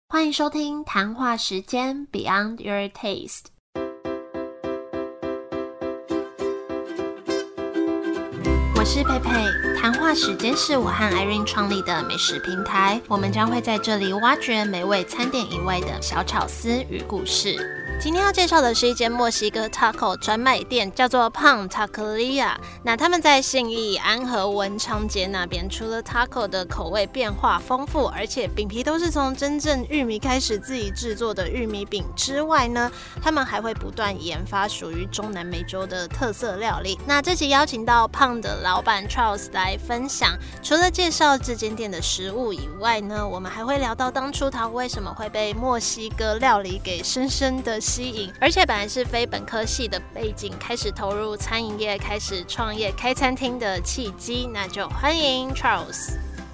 欢迎收听谈话时间 Beyond Your Taste。我是佩佩，谈话时间是我和 Irene 创立的美食平台，我们将会在这里挖掘美味餐点以外的小巧思与故事。今天要介绍的是一间墨西哥 taco 专卖店，叫做 Pan Taqueria。那他们在信义、安和、文昌街那边，除了 taco 的口味变化丰富，而且饼皮都是从真正玉米开始自己制作的玉米饼之外呢，他们还会不断研发属于中南美洲的特色料理。那这期邀请到 Pan 的老板 Charles 来分享，除了介绍这间店的食物以外呢，我们还会聊到当初他为什么会被墨西哥料理给深深的吸引，而且本来是非本科系的背景，开始投入餐饮业，开始创业开餐厅的契机。那就欢迎 Charles。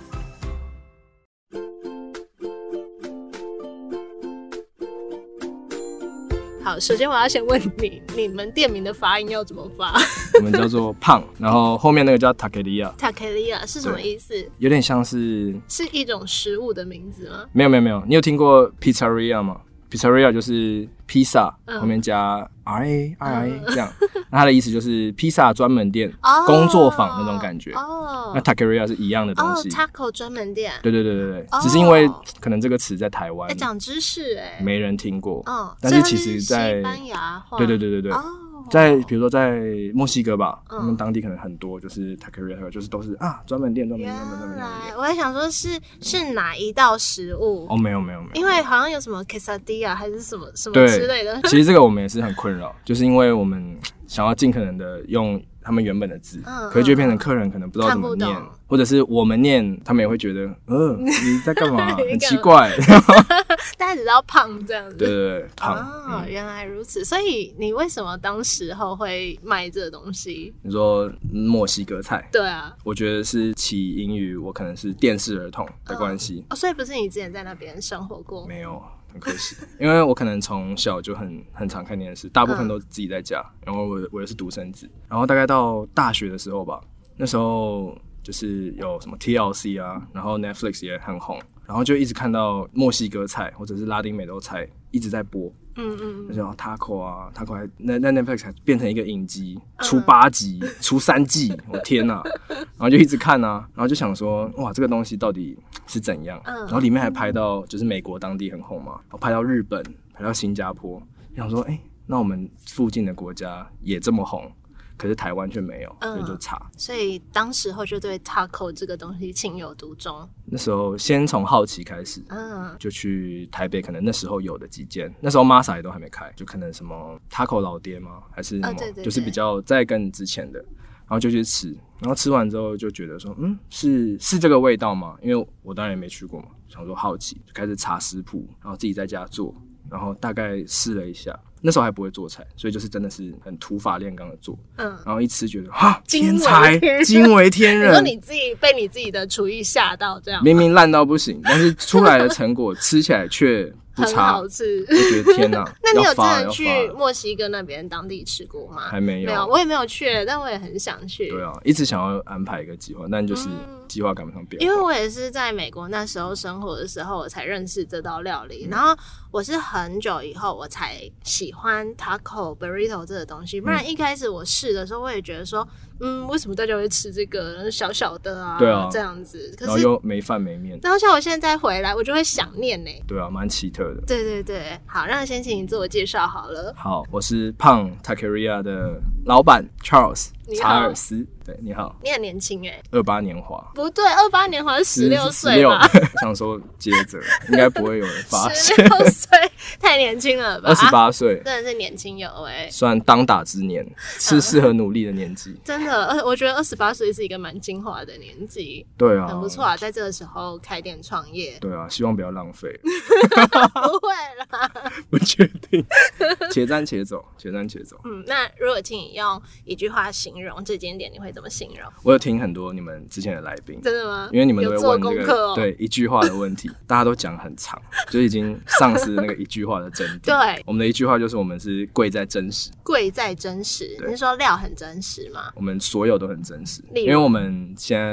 好，首先我要先问你，你们店名的发音要怎么发？ 我们叫做胖，然后后面那个叫 Taqueria。Taqueria 是什么意思？ 有点像是一种食物的名字吗？ 没有，你有听过 Pizzeria 吗？Pizzeria 就是披萨，后面加 RA 这样，那它的意思就是披萨专门店、工作坊那种感觉。那 Taqueria 是一样的东西。 Taco 专门店。对， 只是因为可能这个词在台湾， 长知识没人听过。但是其实在西班牙话。 对。在比如说在墨西哥吧，他们当地可能很多就是 Taqueria， 就是都是专门店。 原来我还想说是哪一道食物？ 没有， 因为好像有什么 quesadilla 还是什么之类的。 其实这个我们也是很困扰，就是因为我们想要尽可能的用他们原本的字，可是就变成客人可能不知道怎么念，或者是我们念，他们也会觉得你在干嘛？很奇怪。 大家只知道胖这样子。 对，胖。 原来如此。所以你为什么当时候会卖这个东西？ 你说墨西哥菜？ 对啊， 我觉得是起因于我可能是电视儿童的关系。 所以不是你之前在那边生活过？ 没有。很可惜，因为我可能从小就很常看电视，大部分都自己在家，然后我也是独生子，然后大概到大学的时候吧，那时候就是有什么 TLC 啊，然后 Netflix 也很红，然后就一直看到墨西哥菜或者是拉丁美洲菜一直在播，那就taco 啊 taco 还那 Netflix 还变成一个影集，出8集，出3季，我天哪！然后就一直看啊，然后就想说，哇，这个东西到底是怎样？然后里面还拍到就是美国当地很红嘛，然后拍到日本，拍到新加坡，想说，那我们附近的国家也这么红。可是台湾却没有，所以就查。 所以当时候就对 taco 这个东西情有独钟。 那时候先从好奇开始，就去台北，可能那时候有的几间，那时候 Masa 也都还没开，就可能什么 taco 老爹吗？还是什么， 对， 就是比较再更之前的，然后就去吃，然后吃完之后就觉得说，是这个味道吗？因为我当然也没去过嘛，想说好奇，就开始查食谱，然后自己在家做，然后大概试了一下。那时候还不会做菜，所以就是真的是很土法炼钢的做，然后一吃觉得天才，惊为天人。 你说你自己被你自己的厨艺吓到这样， 明明烂到不行，但是出来的成果吃起来却不差， 很好吃， 就觉得天哪！ 那你有真的去墨西哥那边当地吃过吗？ 还没有， 没有，我也没有去，但我也很想去。 对啊，一直想要安排一个计划，但就是计划赶不上变化。 因为我也是在美国那时候生活的时候，我才认识这道料理，然后我是很久以后我才喜欢 taco burrito 这个东西，不然一开始我试的时候，我也觉得说，为什么大家会吃这个小小的啊？ 对啊， 这样子，可是然后又没饭没面。 然后像我现在回来，我就会想念呢。 对啊，蛮奇特的。 对，好，那先请你自我介绍好了。 好，我是胖 Taqueria 的老板 Charles 查尔斯。对，你好。 你很年轻 28年华。 不对，28年华是16岁吧？ 想说接着应该不会有人发现。 16岁太年轻了吧 ？28岁， 真的是年轻有算当打之年，是适合努力的年纪。 真的，我觉得28岁是一个蛮精华的年纪。 对啊， 很不错啊，在这个时候开店创业。 对啊，希望不要浪费。 不会啦， 不确定。且战且走。 那如果请你用一句话形容这间店，你会怎么形容？ 我有听很多你们之前的来宾， 真的吗？ 因为你们都会问这个对一句话的问题，大家都讲很长，就已经丧失了那个一句话的真谛。 对， 我们的一句话就是我们是贵在真实。 贵在真实，你是说料很真实吗？ 我们所有都很真实，因为我们现在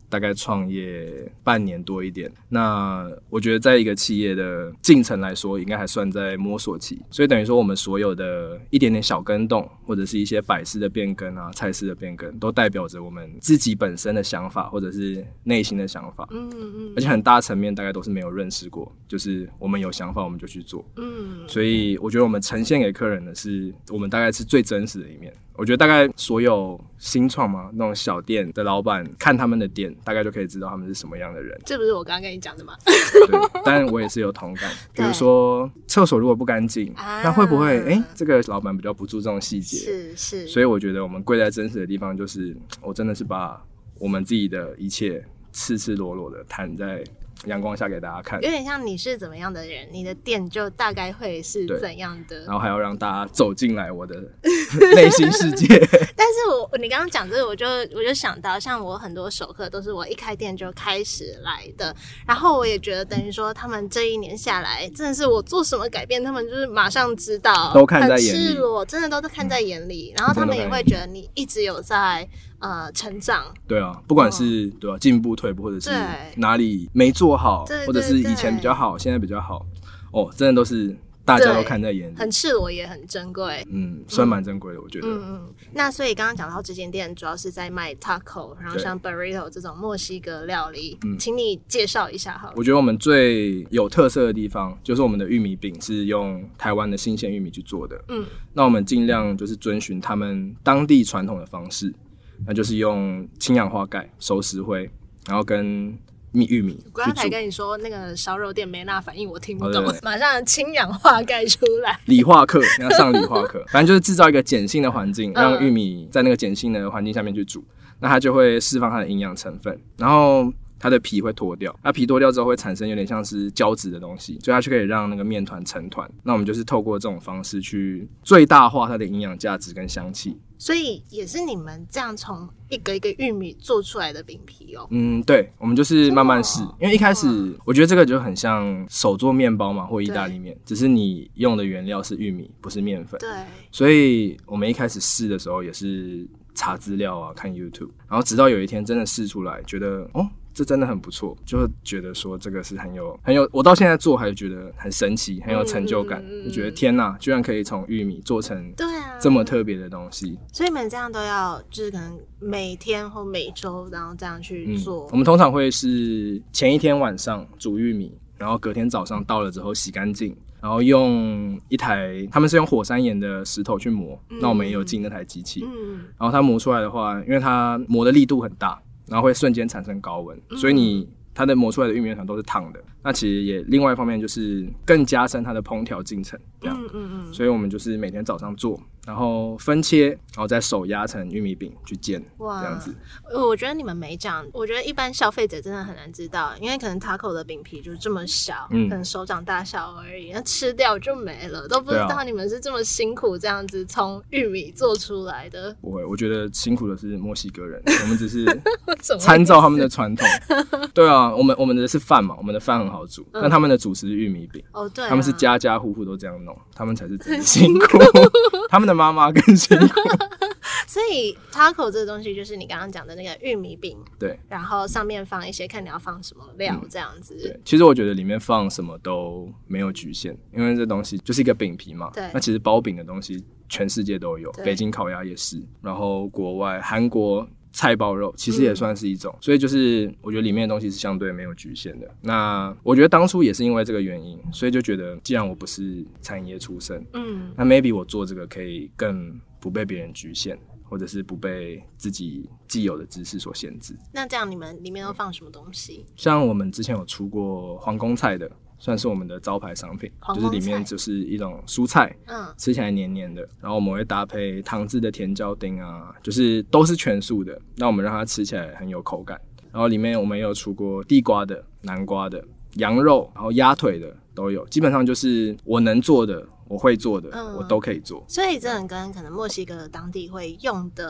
大概创业半年多一点。那我觉得在一个企业的进程来说，应该还算在摸索期，所以等于说我们所有的一点点小更动，或者是一些摆饰的变更啊、菜式的变更，都代表着我们自己本身的想法，或者是内心的想法。而且很大层面大概都是没有认识过，就是我们有想法我们就去做。所以我觉得我们呈现给客人的是我们大概是最真实的一面。我觉得大概所有新创嘛，那种小店的老板看他们的店，大概就可以知道他们是什么样的人。 这不是我刚刚跟你讲的吗？ 对，但我也是有同感。比如说厕所如果不干净，那会不会这个老板比较不注重细节？是。所以我觉得我们贵在真实的地方，就是我真的是把我们自己的一切赤赤裸裸的摊在阳光下给大家看， 有点像你是怎么样的人，你的店就大概会是怎样的， 然后还要让大家走进来我的内心世界。 但是你刚刚讲这个，我就想到，像我很多熟客都是我一开店就开始来的，然后我也觉得等于说他们这一年下来，真的是我做什么改变，他们就是马上知道， 都看在眼里， 很赤裸，真的都看在眼里，然后他们也会觉得你一直有在成长。 对啊，不管是对啊进步退步，或者是哪里没做好，或者是以前比较好，现在比较好，真的都是大家都看在眼里， 很赤裸也很珍贵。 算蛮珍贵的，我觉得。 那所以刚刚讲到这间店主要是在卖 taco， 然后像 burrito 这种墨西哥料理，请你介绍一下好了。 我觉得我们最有特色的地方就是我们的玉米饼是用台湾的新鲜玉米去做的。那我们尽量就是遵循他们当地传统的方式，那就是用氢氧化钙、熟石灰，然后跟玉米。 我刚才跟你说那个烧肉店没那反应，我听不懂，马上氢氧化钙出来。 理化课，你要上理化课，反正就是制造一个碱性的环境，让玉米在那个碱性的环境下面去煮，那它就会释放它的营养成分，然后它的皮会脱掉，那皮脱掉之后会产生有点像是胶质的东西，所以它就可以让那个面团成团。那我们就是透过这种方式去最大化它的营养价值跟香气。 所以也是你们这样从一个一个玉米做出来的饼皮哦。 对，我们就是慢慢试，因为一开始我觉得这个就很像手做面包嘛，或意大利面，只是你用的原料是玉米，不是面粉。 对， 所以我们一开始试的时候也是查资料啊，看 YouTube， 然后直到有一天真的试出来，觉得这真的很不错，就觉得说这个是很有，我到现在做还是觉得很神奇，很有成就感，就觉得天哪，居然可以从玉米做成这么特别的东西。 所以你们这样都要就是可能每天或每周然后这样去做。 我们通常会是前一天晚上煮玉米，然后隔天早上到了之后洗干净，然后用一台他们是用火山岩的石头去磨，那我们也有进那台机器，然后它磨出来的话，因为它磨的力度很大，然后会瞬间产生高温，所以它的磨出来的玉米面团都是烫的。那其实也另外一方面就是更加深它的烹调进程，这样。所以我们就是每天早上做，然后分切，然后再手压成玉米饼去煎，这样子。 我觉得你们没讲，我觉得一般消费者真的很难知道，因为可能 taco 的饼皮就是这么小，可能手掌大小而已，那吃掉就没了，都不知道你们是这么辛苦这样子从玉米做出来的。 不会，我觉得辛苦的是墨西哥人，我们只是参照他们的传统。对啊，我们的是饭嘛，我们的饭很好煮，但他们的主食是玉米饼。 对， 他们是家家户户都这样弄，他们才是真的辛苦。他们的妈妈更辛苦。 所以 taco 这个东西就是你刚刚讲的那个玉米饼， 对， 然后上面放一些看你要放什么料这样子。 对，其实我觉得里面放什么都没有局限，因为这东西就是一个饼皮嘛。 对， 那其实包饼的东西全世界都有，北京烤鸭也是，然后国外韩国菜包肉其实也算是一种，所以就是我觉得里面的东西是相对没有局限的。那我觉得当初也是因为这个原因，所以就觉得既然我不是餐饮业出身，那 maybe 我做这个可以更不被别人局限，或者是不被自己既有的知识所限制。 那这样你们里面都放什么东西？ 像我们之前有出过皇宫菜的，算是我们的招牌商品，就是里面就是一种蔬菜，吃起来黏黏的，然后我们会搭配糖制的甜椒丁啊，就是都是全素的，那我们让它吃起来很有口感。然后里面我们也有出过地瓜的、南瓜的、羊肉，然后鸭腿的都有，基本上就是我能做的、我会做的，我都可以做。 所以这跟可能墨西哥当地会用的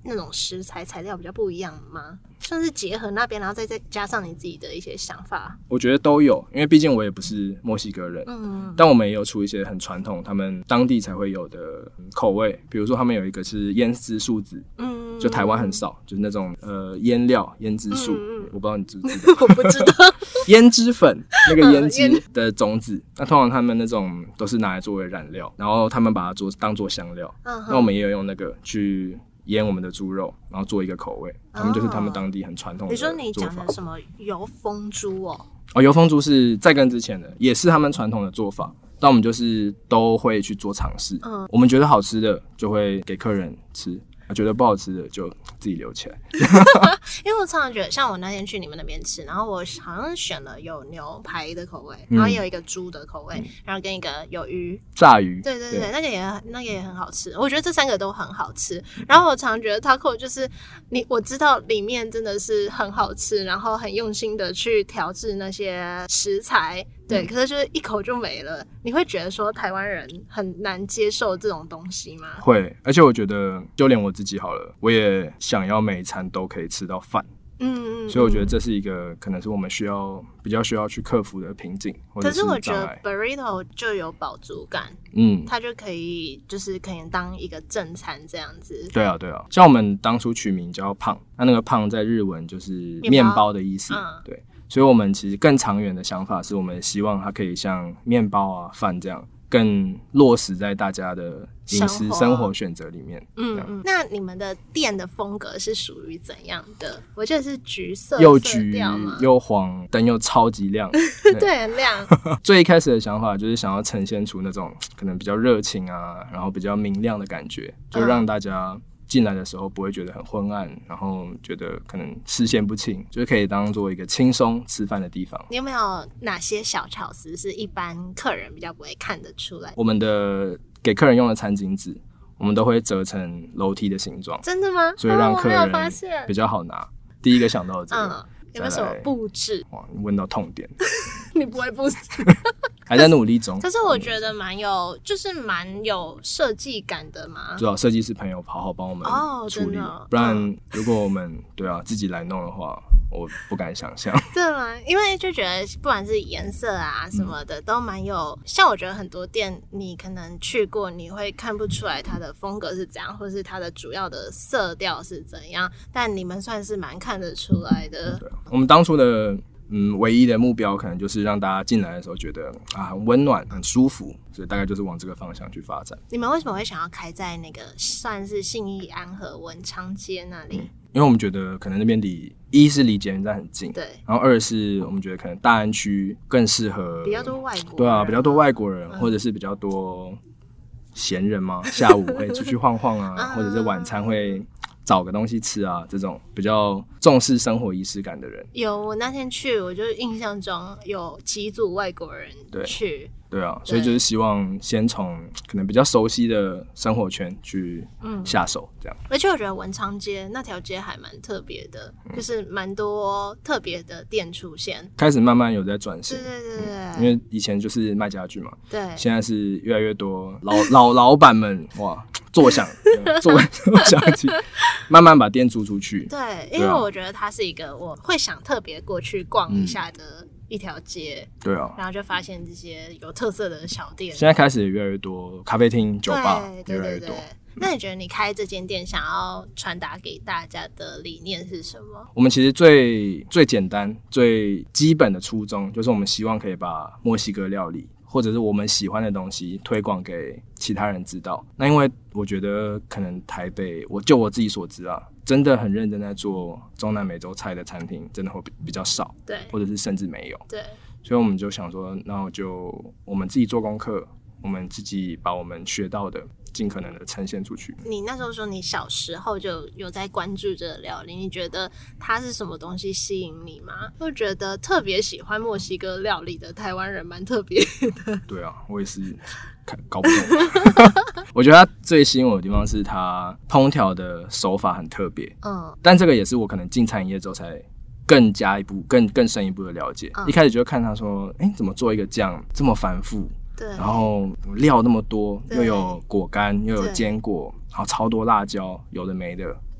那种食材材料比较不一样吗？算是结合那边，然后再加上你自己的一些想法？ 我觉得都有，因为毕竟我也不是墨西哥人，但我们也有出一些很传统他们当地才会有的口味，比如说他们有一个是腌制树子，就台湾很少，就是那种腌料腌制树，我不知道你知不知道？ 我不知道。 胭脂粉那个胭脂的种子，那通常他们那种都是拿来作为染料，然后他们把它当做香料，那我们也有用那个去腌我们的猪肉，然后做一个口味，他们就是他们当地很传统的做法。 你说你讲的什么油封猪哦？ 油封猪是在更之前的，也是他们传统的做法，但我们就是都会去做尝试。我们觉得好吃的就会给客人吃，觉得不好吃的就自己留起来。 因为我常常觉得，像我那天去你们那边吃，然后我好像选了有牛排的口味，然后也有一个猪的口味，然后跟一个有鱼炸鱼， 对，那个也很好吃。我觉得这3个都很好吃。然后我常常觉得 taco 就是我知道里面真的是很好吃，然后很用心的去调制那些食材。对，可是就是一口就没了。你会觉得说台湾人很难接受这种东西吗？ 会，而且我觉得就连我自己好了，我也想要每一餐都可以吃到饭。所以我觉得这是一个可能是我们比较需要去克服的瓶颈。可是我觉得 burrito 就有饱足感，它就可以就是可以当一个正餐这样子。对啊， 像我们当初取名叫胖，那个胖在日文就是面包的意思，对。所以我们其实更长远的想法是我们希望它可以像面包啊、饭这样更落实在大家的饮食生活选择里面。 那你们的店的风格是属于怎样的？我记得是橘色， 又橘又黄，灯又超级亮。 对，很亮。 最一开始的想法就是想要呈现出那种可能比较热情啊，然后比较明亮的感觉，就让大家进来的时候不会觉得很昏暗，然后觉得可能视线不清，就是可以当做一个轻松吃饭的地方。 你有没有哪些小巧思是一般客人比较不会看得出来？ 我们的给客人用的餐巾纸，我们都会折成楼梯的形状。 真的吗？ 所以让客人比较好拿。第一个想到的这个。 有没有什么布置？ 哇，你问到痛点。 你不会布置？ 还在努力中。 可是我觉得蛮有设计感的嘛。 最好设计师朋友好好帮我们处理，不然如果我们自己来弄的话，我不敢想象。 对吗？因为就觉得不管是颜色啊什么的，都蛮有。像我觉得很多店你可能去过，你会看不出来它的风格是怎样，或是它的主要的色调是怎样，但你们算是蛮看得出来的。 对，我们当初的唯一的目标可能就是让大家进来的时候觉得很温暖、很舒服，所以大概就是往这个方向去发展。 你们为什么会想要开在那个算是信义安和文昌街那里？ 因为我们觉得可能那边一是离捷运站很近， 对， 然后二是我们觉得可能大安区更适合比较多外国人， 对啊，比较多外国人，或者是比较多闲人嘛，下午会出去晃晃啊，或者是晚餐会找个东西吃啊，这种比较重视生活仪式感的人。 我那天去，我就印象中有几组外国人去。 对啊，所以就是希望先从可能比较熟悉的生活圈去下手，这样。 而且我觉得文昌街那条街还蛮特别的，就是蛮多特别的店出现， 开始慢慢有在转型。 对， 因为以前就是卖家具嘛， 对， 现在是越来越多老板们坐享起，慢慢把店租出去。 对，因为我觉得它是一个我会想特别过去逛一下的一条街。 对啊， 然后就发现这些有特色的小店。 现在开始也越来越多咖啡厅、酒吧，越来越多。 那你觉得你开这间店想要传达给大家的理念是什么？ 我们其实最简单、最基本的初衷就是我们希望可以把墨西哥料理或者是我们喜欢的东西推广给其他人知道。那因为我觉得可能台北，就我自己所知真的很认真在做中南美洲菜的餐厅真的会比较少， 对， 或者是甚至没有， 对。 所以我们就想说，那就我们自己做功课，我们自己把我们学到的尽可能的呈现出去。 你那时候说你小时候就有在关注这个料理，你觉得它是什么东西吸引你吗？我觉得特别喜欢墨西哥料理的台湾人蛮特别的。 对啊，我也是搞不懂。我觉得它最吸引我的地方是它烹调的手法很特别，但这个也是我可能进餐饮业之后才更加一步更深一步的了解。一开始就看他说怎么做一个酱这么繁复， 对， 然后料那么多，又有果干又有坚果，然后超多辣椒，有的没的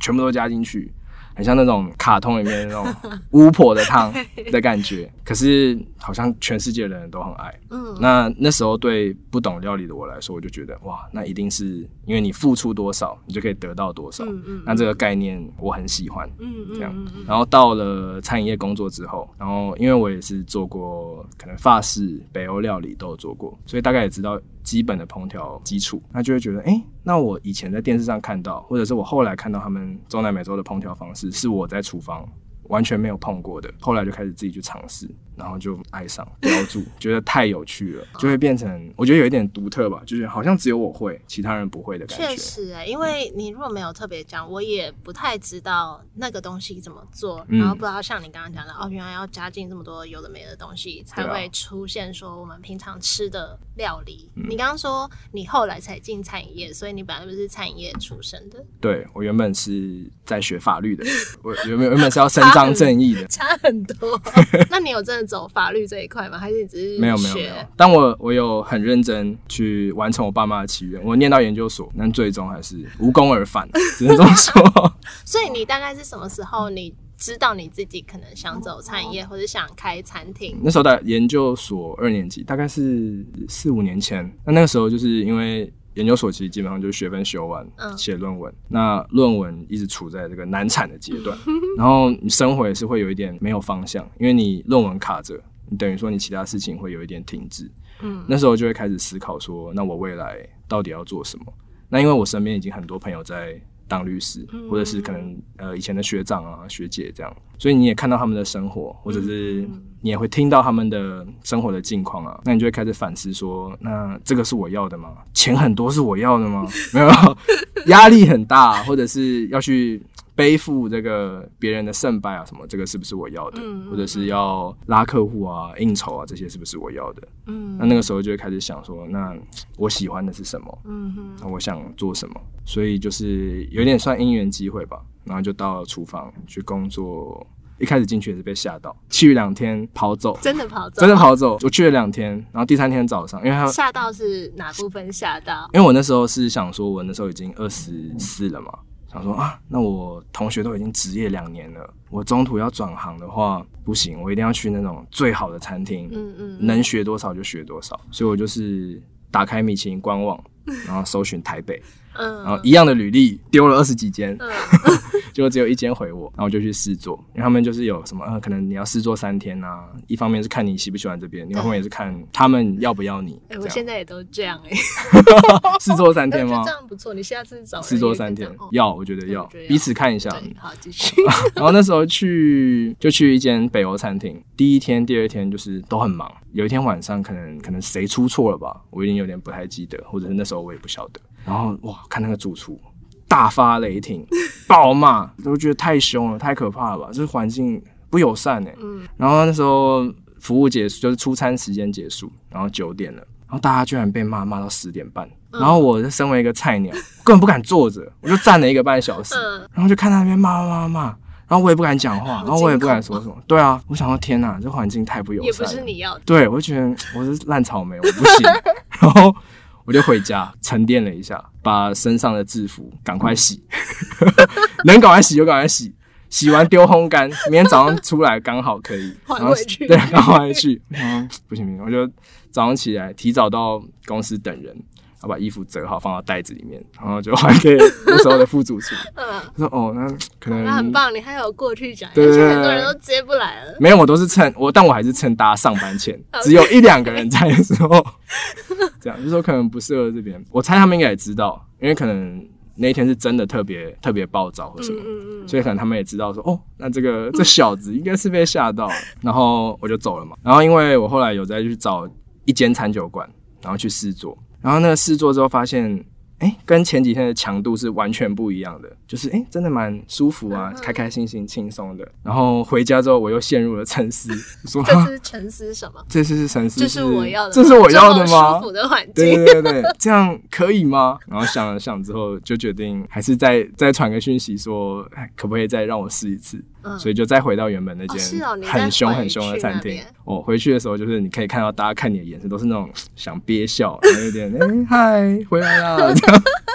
全部都加进去，很像那种卡通里面那种巫婆的汤的感觉。可是好像全世界的人都很爱。那时候对不懂料理的我来说，我就觉得哇，那一定是因为你付出多少，你就可以得到多少。那这个概念我很喜欢。这样。然后到了餐饮业工作之后，然后因为我也是做过可能法式、北欧料理都有做过，所以大概也知道基本的烹调基础，那就会觉得那我以前在电视上看到，或者是我后来看到他们中南美洲的烹调方式，是我在厨房完全没有碰过的，后来就开始自己去尝试，然后就爱上标注，觉得太有趣了，就会变成我觉得有一点独特吧，就是好像只有我会，其他人不会的感觉。 确实因为你如果没有特别讲，我也不太知道那个东西怎么做，然后不知道像你刚刚讲的原来要加进这么多有的没的东西，才会出现说我们平常吃的料理。你刚刚说你后来才进餐饮业，所以你本来不是餐饮业出身的。 对，我原本是在学法律的，我原本是要伸张正义的， 差很多。那你有真的走法律这一块吗？还是你只是学？没有。 但我有很认真去完成我爸妈的祈愿，我念到研究所，但最终还是无功而返，只能这么说。 所以你大概是什么时候你知道你自己可能想走餐饮业，或者想开餐厅？那时候的研究所2年级，大概是4-5年前。那个时候就是因为研究所其实基本上就是学分修完，写论文。那论文一直处在这个难产的阶段，然后你生活也是会有一点没有方向，因为你论文卡着，你等于说你其他事情会有一点停滞。那时候就会开始思考说，那我未来到底要做什么？那因为我身边已经很多朋友在当律师，或者是可能以前的学长啊学姐这样，所以你也看到他们的生活，或者是你也会听到他们的生活的境况啊，那你就会开始反思说，那这个是我要的吗？钱很多是我要的吗？没有，压力很大，或者是要去背负这个别人的胜败啊什么，这个是不是我要的？或者是要拉客户啊、应酬啊，这些是不是我要的？那个时候就会开始想说，那我喜欢的是什么？那我想做什么？所以就是有点算因缘机会吧，然后就到了厨房去工作。一开始进去也是被吓到，去2天跑走， 真的跑走。 我去了2天，然后第3天早上，因为他吓到是哪部分吓到？ 因为我那时候是想说，我那时候已经24了嘛，想说那我同学都已经职业2年了，我中途要转行的话不行，我一定要去那种最好的餐厅，能学多少就学多少，所以我就是打开米其林官网，然后搜寻台北。然后一样的履历丢了20几间，结果只有1间回我，然后我就去试做，因为他们就是有什么可能你要试做3天啊，一方面是看你喜不喜欢这边，另外一方面也是看他们要不要你。 我现在也都这样试做3天吗？ 这样不错，你下次找人试做3天，我觉得要彼此看一下。 好，继续。 然后那时候去一间北欧餐厅，第1天、第2天就是都很忙。有一天晚上可能谁出错了吧，我已经有点不太记得，或者是那时候我也不晓得。然后看那个主厨大发雷霆，暴骂，我觉得太凶了，太可怕了吧，这环境不友善然后那时候服务结束，就是出餐时间结束，然后9点了，然后大家居然被骂到10点半。然后我身为一个菜鸟，根本不敢坐着，我就站了1个半小时，然后就看他那边骂，然后我也不敢讲话，然后我也不敢说什么。对啊，我想说天哪，这环境太不友善了， 也不是你要的。 对，我就觉得我是烂草莓，我不行。然后我就回家沉淀了一下，把身上的制服赶快洗，能赶快洗就赶快洗，洗完丢烘干，明天早上出来刚好可以还回去。 对，刚还回去。不行，我就早上起来提早到公司等人，然后把衣服折好放到袋子里面，然后就还给那时候的副主厨。他说那可能那很棒，你还有过去讲， 对， 而且很多人都接不来了。 没有，但我还是趁大家上班前，只有1-2个人在的时候，这样就说可能不适合这边。我猜他们应该也知道，因为可能那一天是真的特别暴躁或什么，所以可能他们也知道说那这小子应该是被吓到了。然后我就走了嘛。然后因为我后来有再去找一间餐酒馆，然后去试做。然后那个试做之后发现，跟前几天的强度是完全不一样的，就是真的蛮舒服啊，开开心心轻松的。然后回家之后我又陷入了沉思，说这是沉思什么？ 这是沉思， 这是我要的， 这是我要的吗？ 舒服的环境， 对，这样可以吗？然后想了想之后，就决定还是再传个讯息说，可不可以再让我试一次？所以就再回到原本那间很凶的餐厅。回去的时候就是你可以看到大家看你的眼神都是那种想憋笑，然后有点嗨回来啦这样。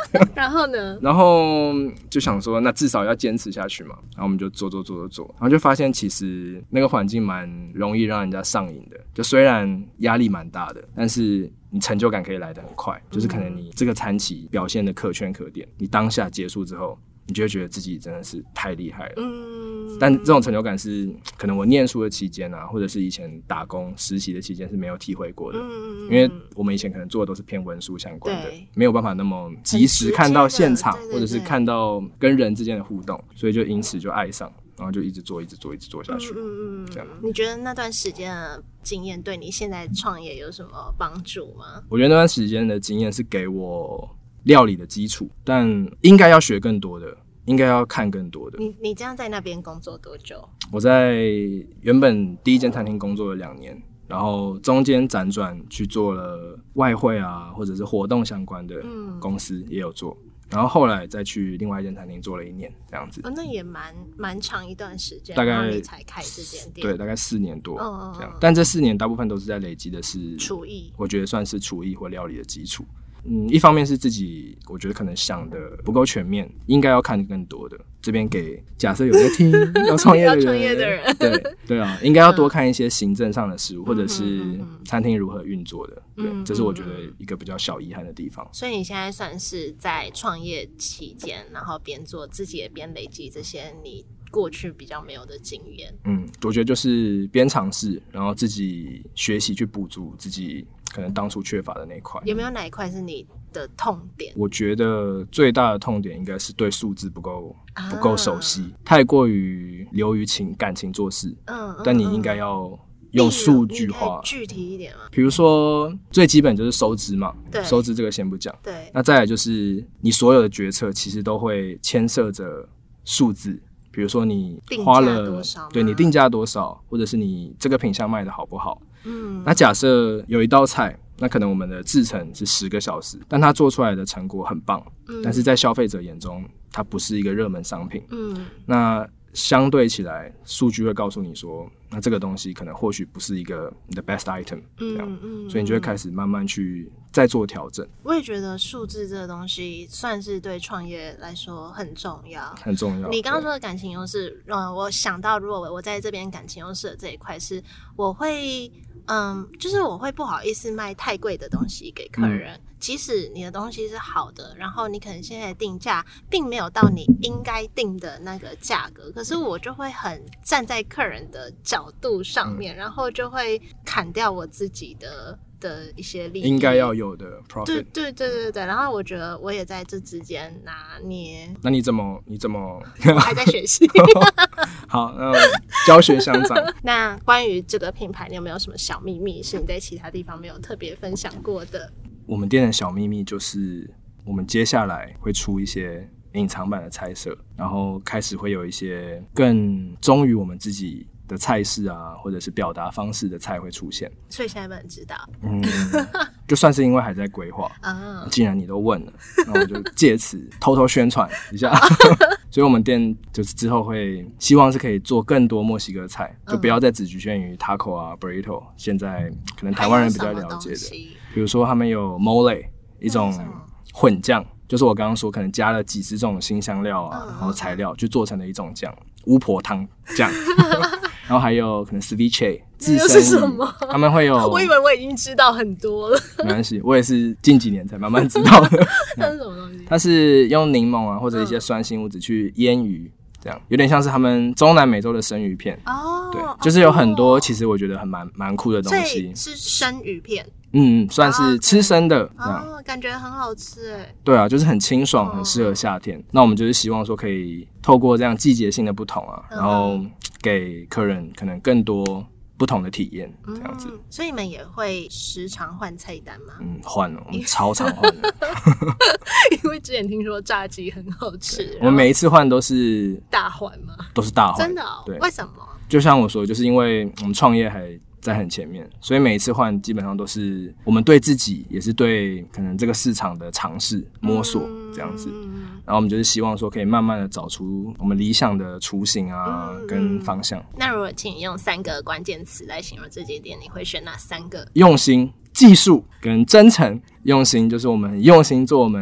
然后呢？ 然后就想说，那至少要坚持下去嘛。然后我们就做，然后就发现其实那个环境蛮容易让人家上瘾的。就虽然压力蛮大的，但是你成就感可以来得很快。就是可能你这个餐期表现的可圈可点，你当下结束之后，你就会觉得自己真的是太厉害了。但这种成就感是可能我念书的期间啊，或者是以前打工实习的期间是没有体会过的。因为我们以前可能做的都是偏文书相关的，没有办法那么及时看到现场，或者是看到跟人之间的互动，所以就因此就爱上，然后就一直做下去。这样。 你觉得那段时间的经验对你现在创业有什么帮助吗？ 我觉得那段时间的经验是给我料理的基础，但应该要学更多的，应该要看更多的。 你这样在那边工作多久？ 我在原本第一间餐厅工作了2年，然后中间辗转去做了外汇啊，或者是活动相关的公司也有做，然后后来再去另外一间餐厅做了1年这样子。 那也蛮长一段时间， 大概然后你才开这间店。 对，大概4年多这样。但这4年大部分都是在累积的是厨艺，我觉得算是厨艺或料理的基础。一方面是自己，我觉得可能想的不够全面，应该要看更多的。这边给假设有在听要创业的人，对啊，应该要多看一些行政上的事物，或者是餐厅如何运作的。对，这是我觉得一个比较小遗憾的地方。 所以你现在算是在创业期间，然后边做自己也边累积这些你过去比较没有的经验。 我觉得就是边尝试，然后自己学习去补足自己可能当初缺乏的那一块。 有没有哪一块是你的痛点？ 我觉得最大的痛点应该是对数字不够熟悉，太过于流于感情做事。但你应该要用数据化， 具体一点吗？ 比如说最基本就是收支嘛，收支这个先不讲。 对， 那再来就是你所有的决策其实都会牵涉着数字。比如说你花了，对，你定价多少，或者是你这个品项卖的好不好。那假设有一道菜，那可能我们的制程是10个小时，但它做出来的成果很棒，但是在消费者眼中它不是一个热门商品。那相对起来，数据会告诉你说，那这个东西可能或许不是一个你的 best item，这样，所以你就会开始慢慢去再做调整。 我也觉得数字这个东西算是对创业来说很重要， 很重要。 你刚刚说的感情优势，我想到如果我在这边感情优势的这一块是，我会就是我会不好意思卖太贵的东西给客人。即使你的东西是好的，然后你可能现在的定价并没有到你应该定的那个价格，可是我就会很站在客人的角度上面，然后就会砍掉我自己的一些利益应该要有的 profit。 对，然后我觉得我也在这之间拿捏。 那你怎么我还在学习好，教学相长那关于这个品牌你有没有什么小秘密是你在其他地方没有特别分享过的？ 我们店的小秘密就是我们接下来会出一些隐藏版的菜色，然后开始会有一些更忠于我们自己的菜式啊，或者是表达方式的菜会出现。 所以现在不能知道。 就算是因为还在规划既然你都问了，那我就借此偷偷宣传一下所以我们店就是之后会希望是可以做更多墨西哥菜，就不要再只局限于 taco 啊 burrito， 现在可能台湾人比较了解的，比如说他们有 mole 一种混酱，就是我刚刚说可能加了几十种新香料啊，然后材料就做成了一种酱，巫婆汤酱然后还有可能 ceviche 自生鱼，是什么？他们会有， 我以为我已经知道很多了。 没关系，我也是近几年才慢慢知道的。 它是什么东西？ 它是用柠檬啊或者一些酸性物质去腌鱼，这样有点像是他们中南美洲的生鱼片。对，就是有很多其实我觉得很蛮酷的东西。 是生鱼片。 算是吃生的感觉很好吃耶。 对啊，就是很清爽，很适合夏天。那我们就是希望说可以透过这样季节性的不同啊，然后给客人可能更多不同的体验，这样子。 所以你们也会时常换菜单吗？ 换哦，我们超常换的因为之前听说炸鸡很好吃， 我们每一次换都是大换吗？ 都是大换， 真的对，为什么？ 就像我说，就是因为我们创业还在很前面，所以每一次换基本上都是我们对自己也是对可能这个市场的尝试摸索这样子，然后我们就是希望说可以慢慢的找出我们理想的雏形啊跟方向。 那如果请你用3个关键词来形容这间店，你会选哪3个？ 用心、技术跟真诚。用心就是我们用心做我们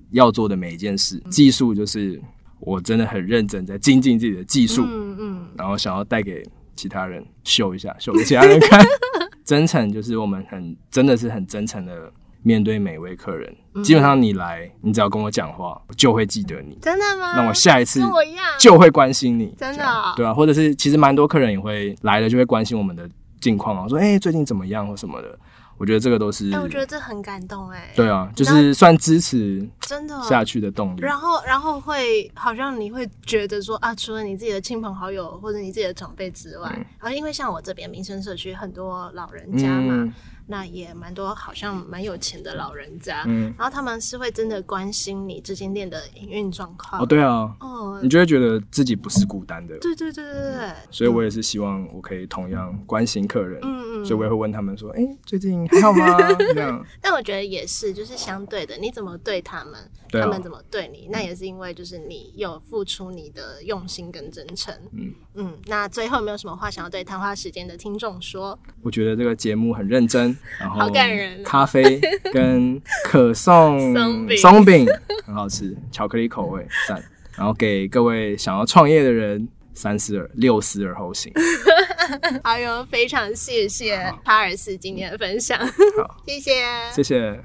要做的每一件事。技术就是我真的很认真在精进自己的技术，然后想要带给其他人秀一下，秀给其他人看。真诚就是我们真的是很真诚的面对每位客人，基本上你来，你只要跟我讲话，我就会记得你。 真的吗？ 那我下一次跟我一样就会关心你。 真的哦？ 对啊，或者是其实蛮多客人也会来了就会关心我们的近况啊，说最近怎么样或什么的。我觉得这个都是， 我觉得这很感动对啊，就是算支持真的下去的动力。 然后会好像你会觉得说啊，除了你自己的亲朋好友或者你自己的长辈之外，然后因为像我这边民生社区很多老人家嘛。那也蛮多好像蛮有钱的老人家，然后他们是会真的关心你这间店的营运状况。对啊，你就会觉得自己不是孤单的。对，所以我也是希望我可以同样关心客人，所以我也会问他们说，最近还好吗？这样。但我觉得也是，就是相对的，你怎么对他们，他们怎么对你，那也是因为就是你有付出你的用心跟真诚。那最后有没有什么话想要对谈话时间的听众说？我觉得这个节目很认真。然后好感人，咖啡跟可颂松饼很好吃，巧克力口味赞。然后给各位想要创业的人6思而后行。好哟，非常谢谢帕尔斯今天的分享。好，谢谢。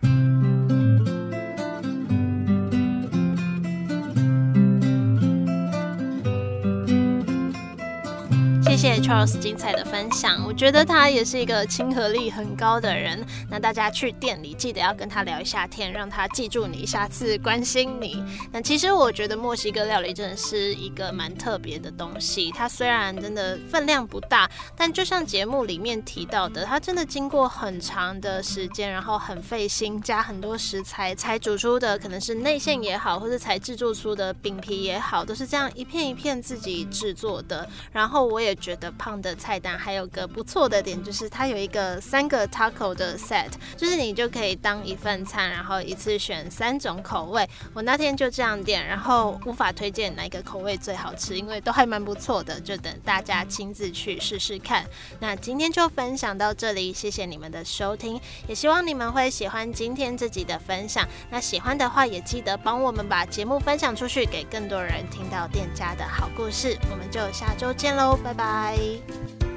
谢谢 Charles 精彩的分享，我觉得他也是一个亲和力很高的人。那大家去店里记得要跟他聊一下天，让他记住你，下次关心你。那其实我觉得墨西哥料理真的是一个蛮特别的东西，它虽然真的分量不大，但就像节目里面提到的，它真的经过很长的时间，然后很费心，加很多食材才煮出的，可能是内馅也好，或是才制作出的饼皮也好，都是这样一片一片自己制作的。然后我也觉得胖的菜单还有个不错的点，就是它有一个3个 taco 的 set， 就是你就可以当一份餐，然后一次选3种口味。我那天就这样点，然后无法推荐哪一个口味最好吃，因为都还蛮不错的，就等大家亲自去试试看。那今天就分享到这里，谢谢你们的收听，也希望你们会喜欢今天这集的分享。那喜欢的话也记得帮我们把节目分享出去，给更多人听到店家的好故事。我们就下周见喽，拜拜。